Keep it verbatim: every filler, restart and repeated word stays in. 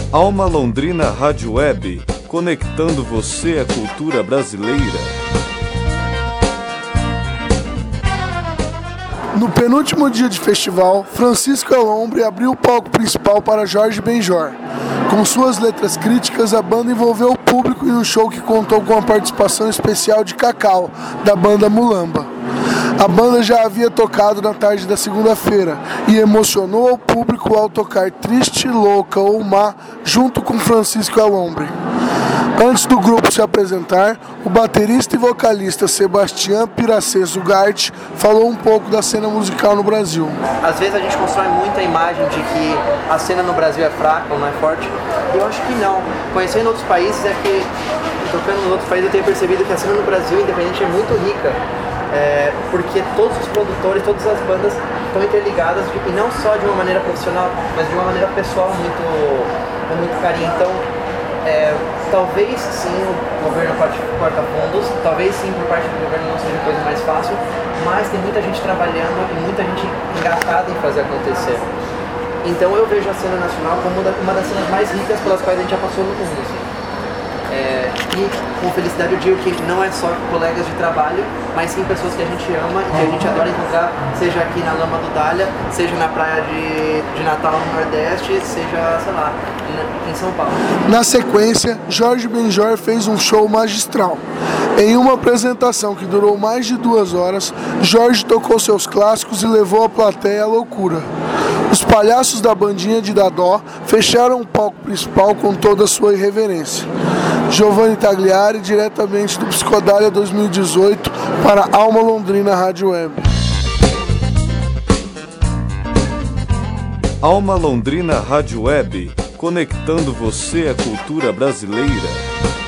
Alma Londrina Rádio Web, conectando você à cultura brasileira. No penúltimo dia de festival, Francisco Elombre abriu o palco principal para Jorge Benjor. Com suas letras críticas, a banda envolveu o público em um show que contou com a participação especial de Cacau, da banda Mulamba. A banda já havia tocado na tarde da segunda-feira e emocionou o público ao tocar Triste, Louca ou Má junto com Francisco Elombre. Antes do grupo se apresentar, o baterista e vocalista Sebastião Piracês Ugarte falou um pouco da cena musical no Brasil. Às vezes a gente constrói muita imagem de que a cena no Brasil é fraca ou não é forte, e eu acho que não. Conhecendo outros países, é que, tocando em outros países, eu tenho percebido que a cena no Brasil, independente, é muito rica. É, porque todos os produtores, todas as bandas estão interligadas, de, e não só de uma maneira profissional, mas de uma maneira pessoal, muito, com muito carinho. Então, é, talvez sim o governo corta fundos, talvez sim por parte do governo não seja a coisa mais fácil, mas tem muita gente trabalhando e muita gente engatada em fazer acontecer. Então eu vejo a cena nacional como uma das cenas mais ricas pelas quais a gente já passou no mundo. Assim. É, e com felicidade eu digo que não é só colegas de trabalho, mas sim pessoas que a gente ama e que a gente adora encontrar, seja aqui na Lama do Dália, seja na praia de, de Natal no Nordeste, seja, sei lá, em São Paulo. Na sequência, Jorge Benjor fez um show magistral. Em uma apresentação que durou mais de duas horas, Jorge tocou seus clássicos e levou a plateia à loucura. Os palhaços da bandinha de Dadó fecharam o palco principal com toda a sua irreverência. Giovanni Tagliari, diretamente do Psicodália dois mil e dezoito, para Alma Londrina Rádio Web. Alma Londrina Rádio Web, conectando você à cultura brasileira.